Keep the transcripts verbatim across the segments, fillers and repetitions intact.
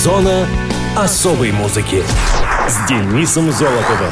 Зона особой музыки с Денисом Золотовым.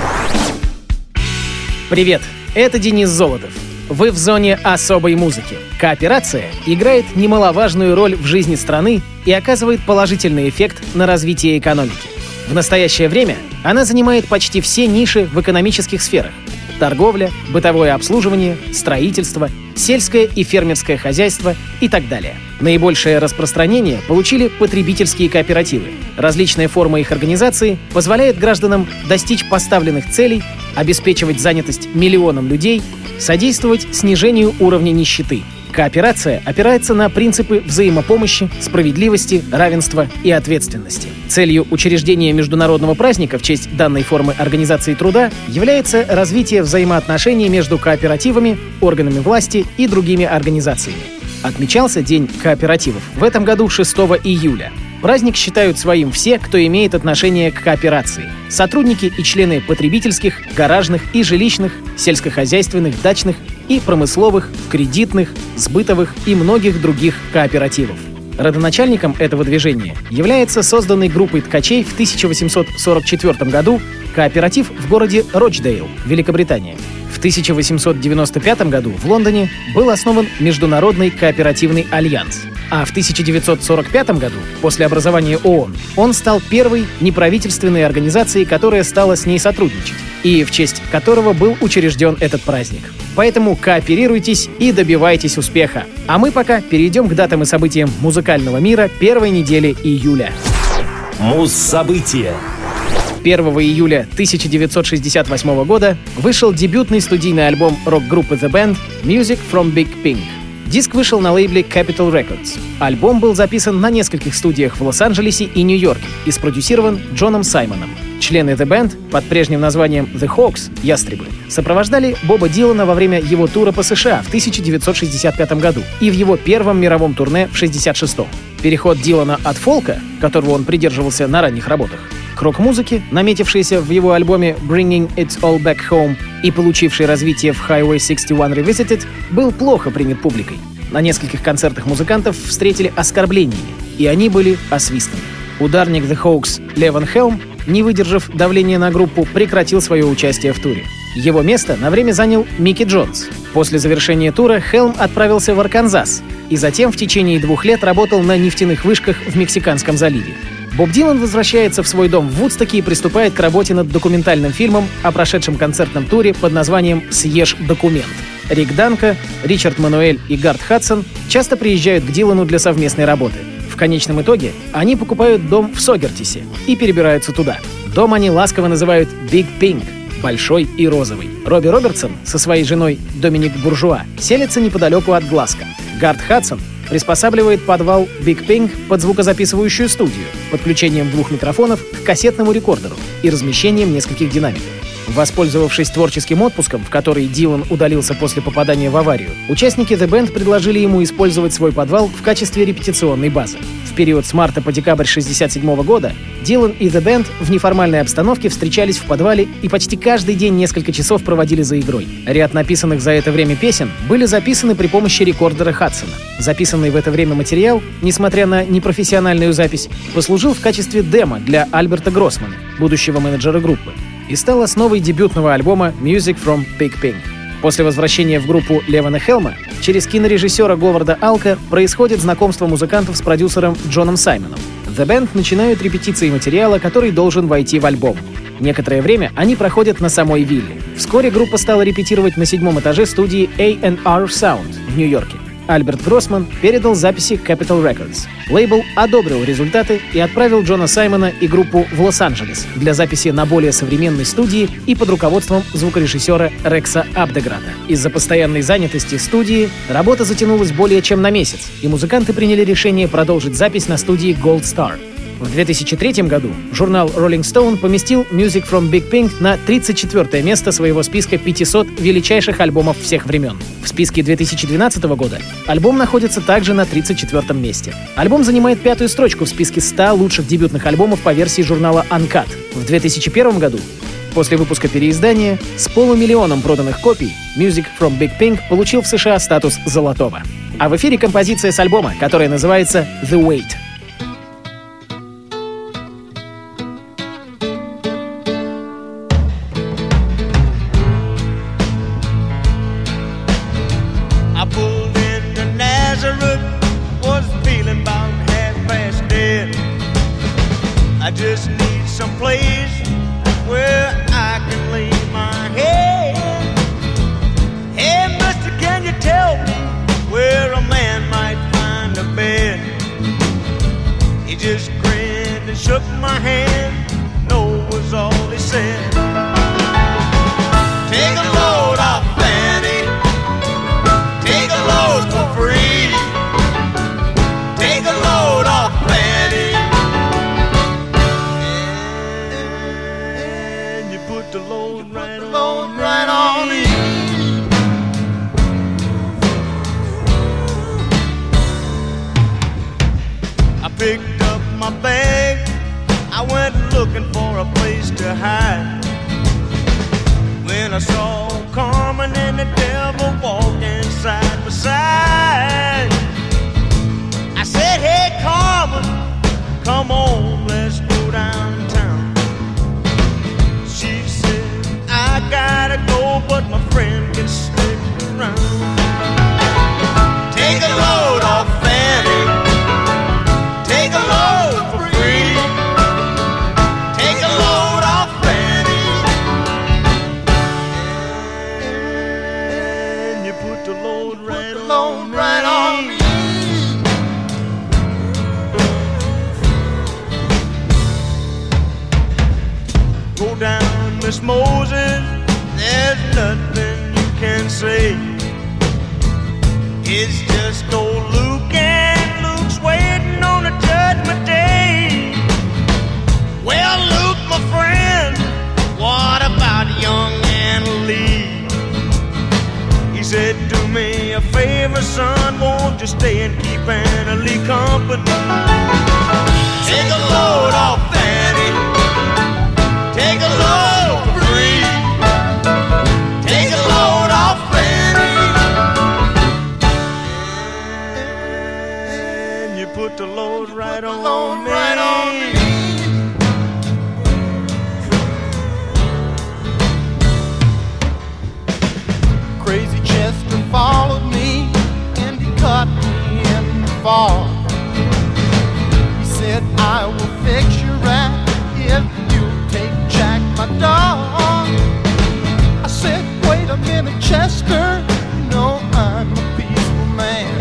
Привет, это Денис Золотов. Вы в зоне особой музыки. Кооперация играет немаловажную роль в жизни страны и оказывает положительный эффект на развитие экономики. В настоящее время она занимает почти все ниши в экономических сферах: торговля, бытовое обслуживание, строительство, сельское и фермерское хозяйство и так далее. Наибольшее распространение получили потребительские кооперативы. Различные формы их организации позволяют гражданам достичь поставленных целей, обеспечивать занятость миллионам людей, содействовать снижению уровня нищеты. Кооперация опирается на принципы взаимопомощи, справедливости, равенства и ответственности. Целью учреждения международного праздника в честь данной формы организации труда является развитие взаимоотношений между кооперативами, органами власти и другими организациями. Отмечался День кооперативов в этом году шестого июля. Праздник считают своим все, кто имеет отношение к кооперации. Сотрудники и члены потребительских, гаражных и жилищных, сельскохозяйственных, дачных и промысловых, кредитных, сбытовых и многих других кооперативов. Родоначальником этого движения является созданный группой ткачей в тысяча восемьсот сорок четвёртом году кооператив в городе Рочдейл, Великобритания. В тысяча восемьсот девяносто пятом году в Лондоне был основан Международный кооперативный альянс. А в тысяча девятьсот сорок пятом году, после образования ООН, он стал первой неправительственной организацией, которая стала с ней сотрудничать, и в честь которого был учрежден этот праздник. Поэтому кооперируйтесь и добивайтесь успеха. А мы пока перейдем к датам и событиям музыкального мира первой недели июля. Муз-события. первого июля тысяча девятьсот шестьдесят восьмого года вышел дебютный студийный альбом рок-группы The Band «Music from Big Pink». Диск вышел на лейбле Capitol Records. Альбом был записан на нескольких студиях в Лос-Анджелесе и Нью-Йорке и спродюсирован Джоном Саймоном. Члены The Band под прежним названием The Hawks — Ястребы сопровождали Боба Дилана во время его тура по США в тысяча девятьсот шестьдесят пятом году и в его первом мировом турне в шестьдесят шестом. Переход Дилана от фолка, которого он придерживался на ранних работах, к рок-музыке, наметившейся в его альбоме Bringing It All Back Home и получивший развитие в Highway шестьдесят один Revisited, был плохо принят публикой. На нескольких концертах музыкантов встретили оскорблениями, и они были освистаны. Ударник The Hawks Леван Хелм, не выдержав давления на группу, прекратил свое участие в туре. Его место на время занял Микки Джонс. После завершения тура Хелм отправился в Арканзас и затем в течение двух лет работал на нефтяных вышках в Мексиканском заливе. Боб Дилан возвращается в свой дом в Вудстоке и приступает к работе над документальным фильмом о прошедшем концертном туре под названием «Съешь документ». Рик Данко, Ричард Мануэль и Гарт Хадсон часто приезжают к Дилану для совместной работы. В конечном итоге они покупают дом в Согертисе и перебираются туда. Дом они ласково называют «Big Pink» — «Большой и розовый». Робби Робертсон со своей женой Доминик Буржуа селится неподалеку от Глазго. Гарт Хадсон приспосабливает подвал Big Pink под звукозаписывающую студию, подключением двух микрофонов к кассетному рекордеру и размещением нескольких динамиков. Воспользовавшись творческим отпуском, в который Дилан удалился после попадания в аварию, участники The Band предложили ему использовать свой подвал в качестве репетиционной базы. В период с марта по декабрь шестьдесят седьмого года Дилан и The Band в неформальной обстановке встречались в подвале и почти каждый день несколько часов проводили за игрой. Ряд написанных за это время песен были записаны при помощи рекордера Хадсона. Записанный в это время материал, несмотря на непрофессиональную запись, послужил в качестве демо для Альберта Гроссмана, будущего менеджера группы, и стал основой дебютного альбома «Music from Big Pink». После возвращения в группу Левана Хелма через кинорежиссера Говарда Алка происходит знакомство музыкантов с продюсером Джоном Саймоном. The Band начинают репетиции материала, который должен войти в альбом. Некоторое время они проходят на самой вилле. Вскоре группа стала репетировать на седьмом этаже студии эй энд ар Sound в Нью-Йорке. Альберт Гроссман передал записи Capitol Records. Лейбл одобрил результаты и отправил Джона Саймона и группу в Лос-Анджелес для записи на более современной студии и под руководством звукорежиссера Рекса Абдеграта. Из-за постоянной занятости студии работа затянулась более чем на месяц, и музыканты приняли решение продолжить запись на студии Gold Star. В две тысячи третьем году журнал Rolling Stone поместил «Music from Big Pink» на тридцать четвёртое место своего списка пятисот величайших альбомов всех времен. В списке две тысячи двенадцатого года альбом находится также на тридцать четвёртом месте. Альбом занимает пятую строчку в списке ста лучших дебютных альбомов по версии журнала Uncut. В две тысячи первом году, после выпуска переиздания, с полумиллионом проданных копий, «Music from Big Pink» получил в США статус золотого. А в эфире композиция с альбома, которая называется «The Wait». He just grinned and shook my hand. No was all he said. Take a load off Fanny. Take a load for free. Take a load off Fanny. And you put the load right on, right on me. I picked up my bag. I went looking for a place to hide. When I saw Carmen and the devil walking side by side, I said, hey Carmen, come on, let's go downtown. She said, I gotta go, but my friend can stick around. Take a load off Fanny. Take a load for free. Take a load off Fanny. And you put the load right on, right on me. Go down, Miss Moses, there's nothing you can say. It's just old Luke, and Luke's waiting on the judgment day. Well, Luke, my friend, what about young Anna Lee? He said, do me a favor, son, won't you stay and keep Anna Lee company? Take a load off Fanny. Take a load for free. Take a load off Fanny. And you put the load right on me. Right on me. Crazy Chester followed me and he caught me in the fall. He said, I will fix you right if you take Jack, my dog. I said, wait a minute, Chester, you know I'm a peaceful man.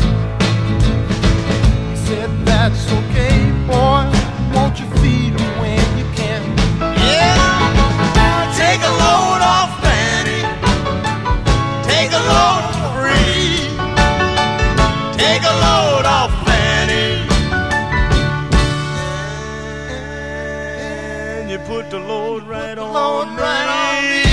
He said, that's okay, boy, won't you feed him when you can? Yeah, take a load off Fanny. Take a load for free. Take a load off Fanny. And you put the load right on, load right on me.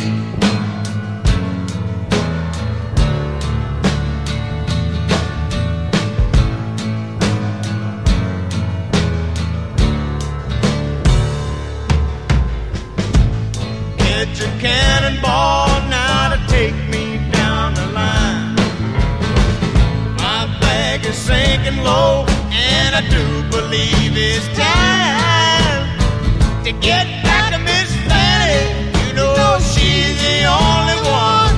It's a cannonball now to take me down the line. My bag is sinking low, and I do believe it's time to get back to Miss Fanny. You know she's the only one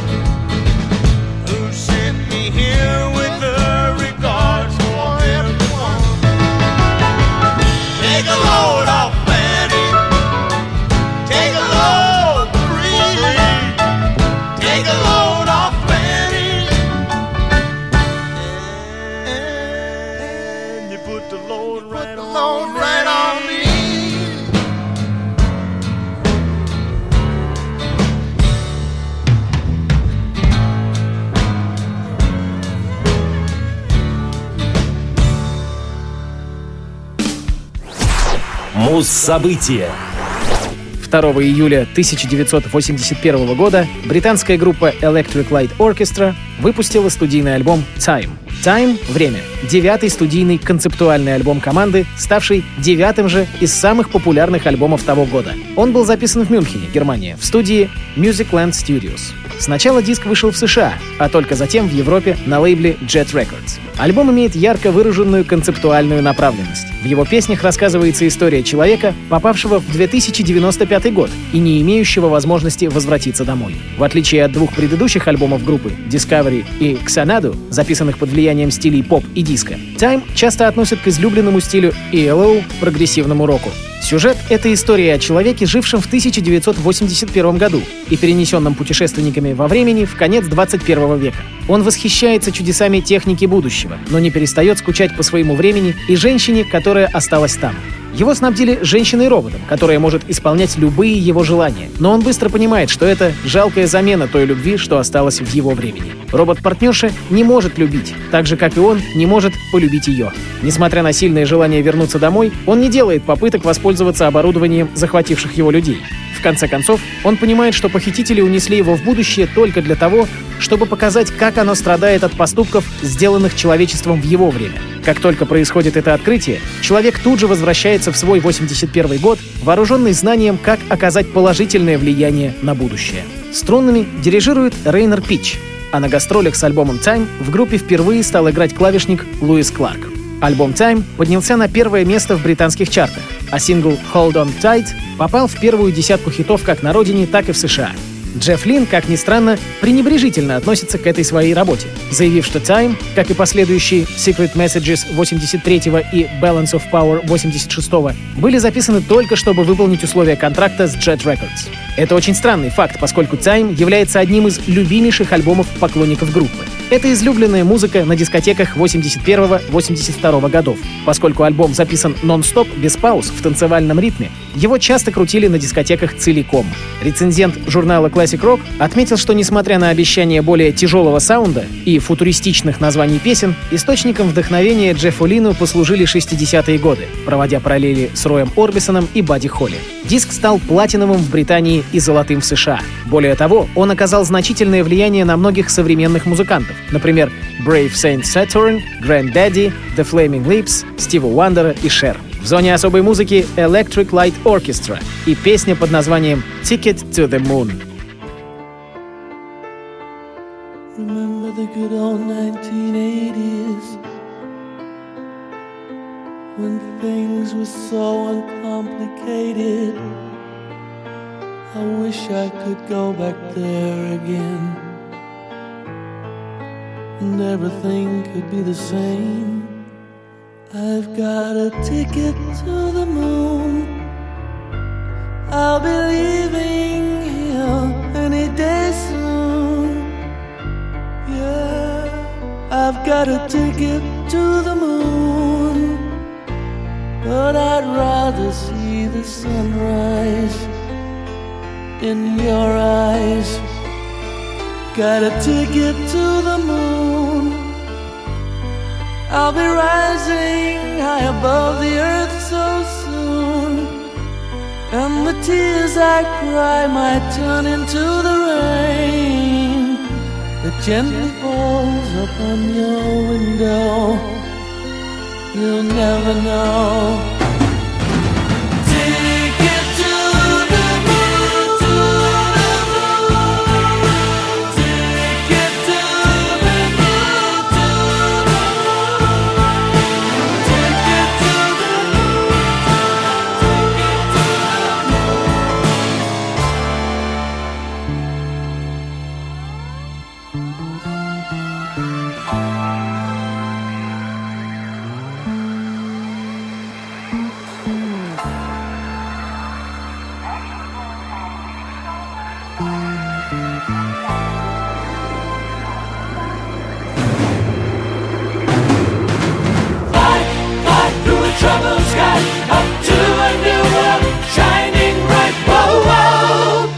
who sent me here with her regards for everyone. Take a load off Fanny. Take a load free. Take a load off Fanny. And you put the load right on, right on me. Муз-события. второго июля тысяча девятьсот восемьдесят первого года британская группа Electric Light Orchestra выпустила студийный альбом Time. Time — время. Девятый студийный концептуальный альбом команды, ставший девятым же из самых популярных альбомов того года. Он был записан в Мюнхене, Германия, в студии Musicland Studios. Сначала диск вышел в США, а только затем в Европе на лейбле Jet Records. Альбом имеет ярко выраженную концептуальную направленность. В его песнях рассказывается история человека, попавшего в две тысячи девяносто пятый год и не имеющего возможности возвратиться домой. В отличие от двух предыдущих альбомов группы Discovery и Xanadu, записанных под влиянием влиянием стилей поп и диско, Time часто относят к излюбленному стилю и эл о, прогрессивному року. Сюжет — это история о человеке, жившем в тысяча девятьсот восемьдесят первом году и перенесенном путешественниками во времени в конец двадцать первого века. Он восхищается чудесами техники будущего, но не перестает скучать по своему времени и женщине, которая осталась там. Его снабдили женщиной-роботом, которая может исполнять любые его желания, но он быстро понимает, что это жалкая замена той любви, что осталась в его времени. Робот-партнерша не может любить, так же, как и он не может полюбить ее. Несмотря на сильное желание вернуться домой, он не делает попыток воспользоваться оборудованием захвативших его людей. В конце концов, он понимает, что похитители унесли его в будущее только для того, чтобы показать, как оно страдает от поступков, сделанных человечеством в его время. Как только происходит это открытие, человек тут же возвращается в свой восемьдесят первый год, вооруженный знанием, как оказать положительное влияние на будущее. Струнными дирижирует Рейнер Питч, а на гастролях с альбомом Time в группе впервые стал играть клавишник Луис Кларк. Альбом Time поднялся на первое место в британских чартах, а сингл Hold On Tight попал в первую десятку хитов как на родине, так и в США. Джефф Лин, как ни странно, пренебрежительно относится к этой своей работе, заявив, что Time, как и последующие Secret Messages восемьдесят третьего и Balance of Power восемьдесят шестого, были записаны только чтобы выполнить условия контракта с Jet Records. Это очень странный факт, поскольку Time является одним из любимейших альбомов поклонников группы. Это излюбленная музыка на дискотеках восемьдесят первого — восемьдесят второго годов. Поскольку альбом записан нон-стоп, без пауз, в танцевальном ритме, его часто крутили на дискотеках целиком. Рецензент журнала Classic Rock отметил, что несмотря на обещание более тяжелого саунда и футуристичных названий песен, источником вдохновения Джеффу Лину послужили шестидесятые годы, проводя параллели с Роем Орбисоном и Бадди Холли. Диск стал платиновым в Британии и золотым в США. Более того, он оказал значительное влияние на многих современных музыкантов, например, Brave Saint Saturn, Grand Daddy, The Flaming Lips, Стива Уандера и Cher. В зоне особой музыки Electric Light Orchestra и песня под названием Ticket to the Moon. Remember the good old nineteen eighties when things were so uncomplicated. I wish I could go back there again and everything could be the same. I've got a ticket to the moon. I'll be leaving here any day soon. Yeah, I've got a ticket to the moon, but I'd rather see the sunrise in your eyes. Got a ticket to the moon. I'll be rising high above the earth so soon, and the tears I cry might turn into the rain that gently falls upon your window. You'll never know. Ticket to the moon, to the moon. Ticket to the moon, to the moon. Ticket to the moon, ticket to the troubled sky, up to a new world, shining bright. Whoa, whoa.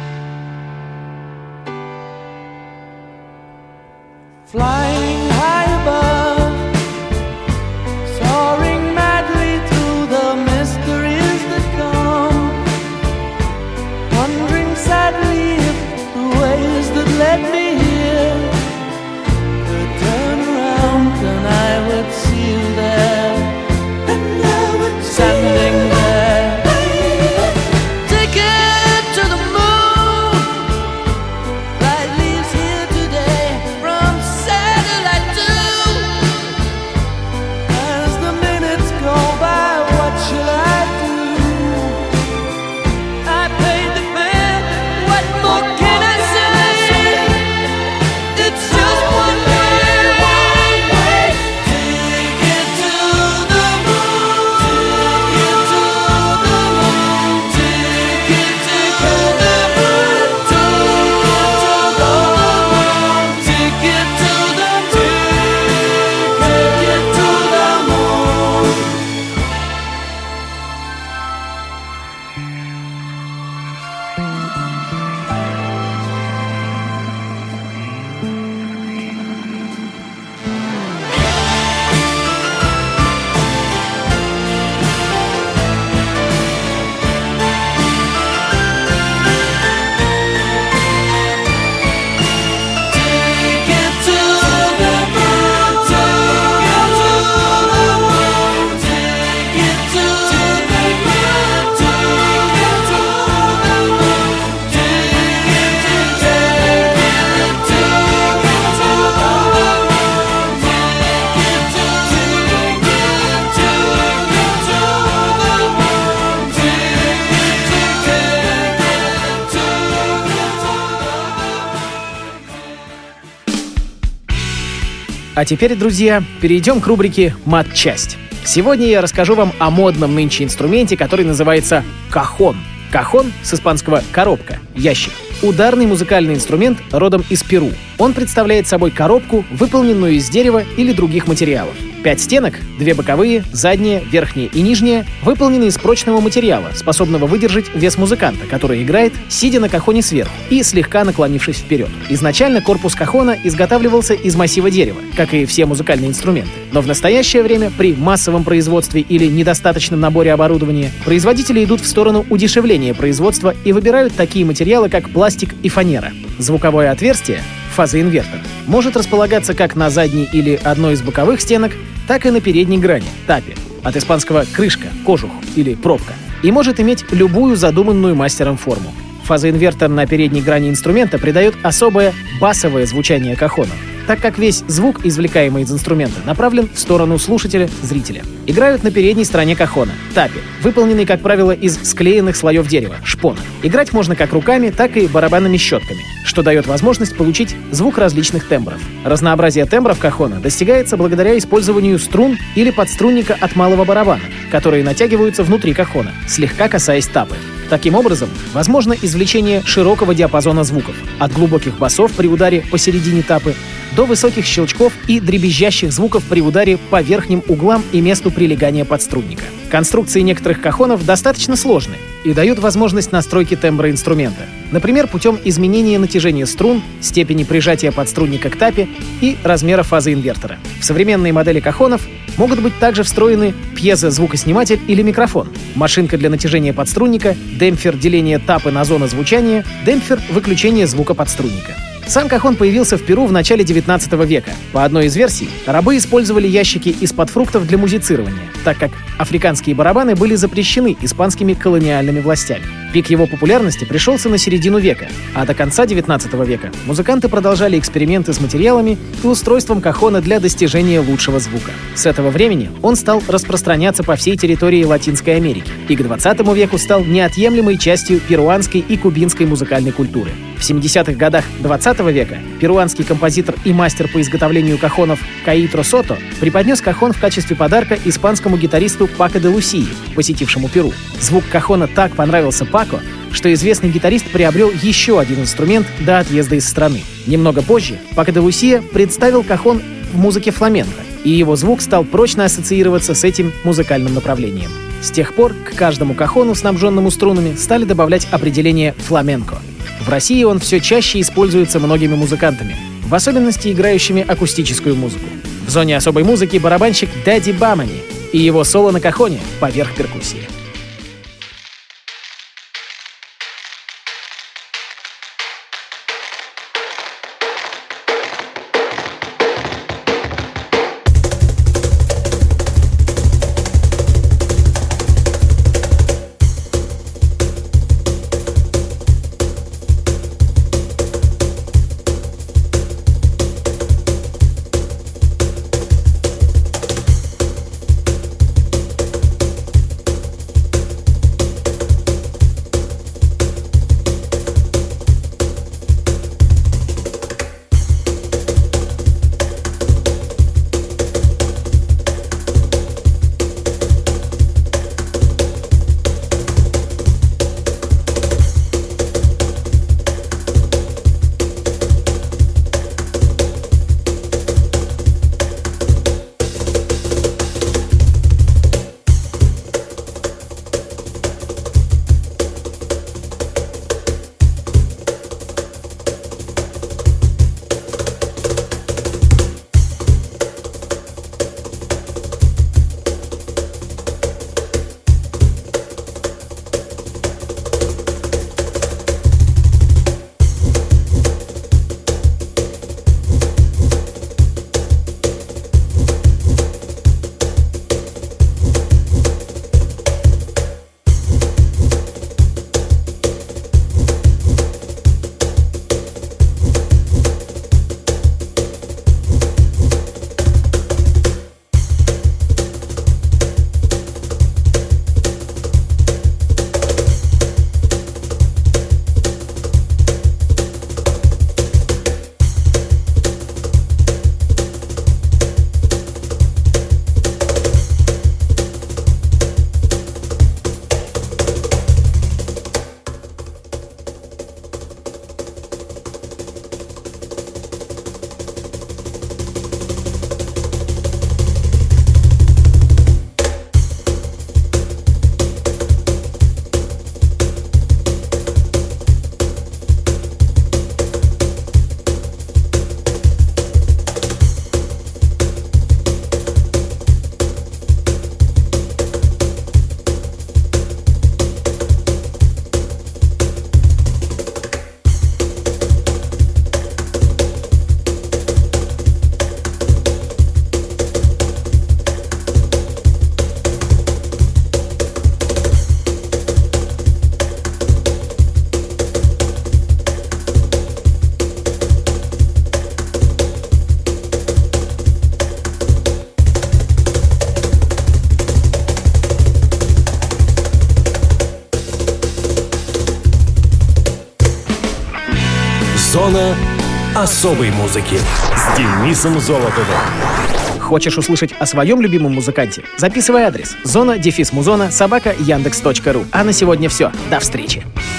Flying high above, soaring madly through the mysteries that come, wondering sadly if the ways that led me here could turn around and I would see you there. Standing there, ticket to the moon. Flight leaves here today from satellite two. As the minutes go by, what shall I do? I paid the fare, what more can I say? It's just one way, one way. А теперь, друзья, перейдем к рубрике «Матчасть». Сегодня я расскажу вам о модном нынче инструменте, который называется кахон. Кахон с испанского «коробка», ящик. Ударный музыкальный инструмент родом из Перу. Он представляет собой коробку, выполненную из дерева или других материалов. Пять стенок, две боковые, задняя, верхняя и нижняя, выполнены из прочного материала, способного выдержать вес музыканта, который играет, сидя на кахоне сверху и слегка наклонившись вперед. Изначально корпус кахона изготавливался из массива дерева, как и все музыкальные инструменты. Но в настоящее время при массовом производстве или недостаточном наборе оборудования производители идут в сторону удешевления производства и выбирают такие материалы, как пластик и фанера. Звуковое отверстие — фазоинвертор — может располагаться как на задней или одной из боковых стенок, так и на передней грани — тапе, от испанского «крышка», «кожух» или «пробка», и может иметь любую задуманную мастером форму. Фазоинвертор на передней грани инструмента придает особое басовое звучание кахону, так как весь звук, извлекаемый из инструмента, направлен в сторону слушателя-зрителя. Играют на передней стороне кахона — тапе, выполненный, как правило, из склеенных слоев дерева — шпона. Играть можно как руками, так и барабанными щетками, что дает возможность получить звук различных тембров. Разнообразие тембров кахона достигается благодаря использованию струн или подструнника от малого барабана, которые натягиваются внутри кахона, слегка касаясь тапы. Таким образом, возможно извлечение широкого диапазона звуков, от глубоких басов при ударе посередине тапы до высоких щелчков и дребезжащих звуков при ударе по верхним углам и месту прилегания подструнника. Конструкции некоторых кахонов достаточно сложны и дают возможность настройки тембра инструмента, например, путем изменения натяжения струн, степени прижатия подструнника к тапе и размера фазы инвертора. В современные модели кахонов могут быть также встроены пьезозвукосниматель или микрофон, машинка для натяжения подструнника, демпфер деления тапы на зоны звучания, демпфер выключения звука подструнника. Сам кахон появился в Перу в начале девятнадцатого века. По одной из версий, рабы использовали ящики из-под фруктов для музицирования, так как африканские барабаны были запрещены испанскими колониальными властями. Пик его популярности пришелся на середину века, а до конца девятнадцатого века музыканты продолжали эксперименты с материалами и устройством кахона для достижения лучшего звука. С этого времени он стал распространяться по всей территории Латинской Америки и к двадцатому веку стал неотъемлемой частью перуанской и кубинской музыкальной культуры. В семидесятых годах двадцатого века перуанский композитор и мастер по изготовлению кахонов Каитро Сото преподнес кахон в качестве подарка испанскому гитаристу Пако де Лусии, посетившему Перу. Звук кахона так понравился Пако, что известный гитарист приобрел еще один инструмент до отъезда из страны. Немного позже Пако де Лусия представил кахон в музыке фламенко, и его звук стал прочно ассоциироваться с этим музыкальным направлением. С тех пор к каждому кахону, снабженному струнами, стали добавлять определение «фламенко». В России он все чаще используется многими музыкантами, в особенности играющими акустическую музыку. В зоне особой музыки барабанщик Дэдди Бамани и его соло на кахоне поверх перкуссии. Зона особой музыки с Денисом Золотовым. Хочешь услышать о своем любимом музыканте? Записывай адрес: зона дефис музона собака яндекс точка ру. А на сегодня все. До встречи.